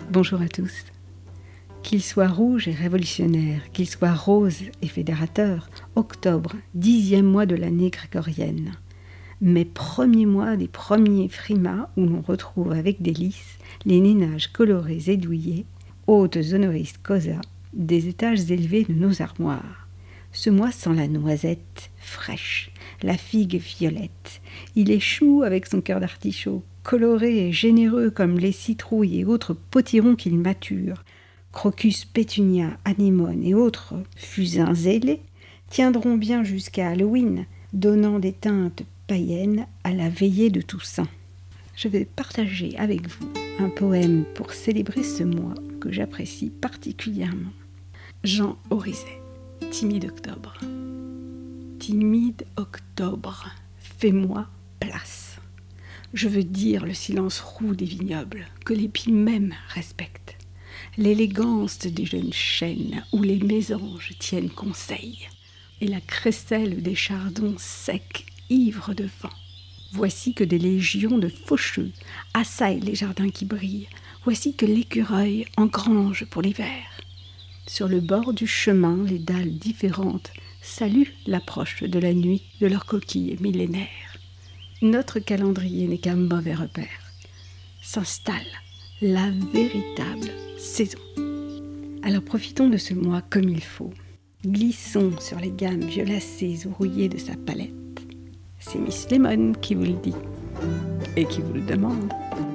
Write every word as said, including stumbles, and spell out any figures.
Bonjour à tous. Qu'il soit rouge et révolutionnaire, qu'il soit rose et fédérateur, octobre, dixième mois de l'année grégorienne. Mes premiers mois des premiers frimas où l'on retrouve avec délice les nainages colorés et douillés, hautes honoris causa, des étages élevés de nos armoires. Ce mois sent la noisette fraîche, la figue violette. Il est chou avec son cœur d'artichaut, coloré et généreux comme les citrouilles et autres potirons qu'il mature. Crocus, pétunia, anémone et autres fusains ailés tiendront bien jusqu'à Halloween, donnant des teintes païennes à la veillée de Toussaint. Je vais partager avec vous un poème pour célébrer ce mois que j'apprécie particulièrement. Jean Orizet, Timide octobre. Timide octobre, fais-moi place. Je veux dire le silence roux des vignobles, que l'épi même respecte. L'élégance des jeunes chênes où les mésanges tiennent conseil, et la crécelle des chardons secs, ivres de vent. Voici que des légions de faucheux assaillent les jardins qui brillent. Voici que l'écureuil engrange pour l'hiver. Sur le bord du chemin, les dalles différentes saluent l'approche de la nuit de leurs coquilles millénaires. Notre calendrier n'est qu'un mauvais repère. S'installe la véritable saison. Alors profitons de ce mois comme il faut. Glissons sur les gammes violacées ou rouillées de sa palette. C'est Miss Lemon qui vous le dit et qui vous le demande.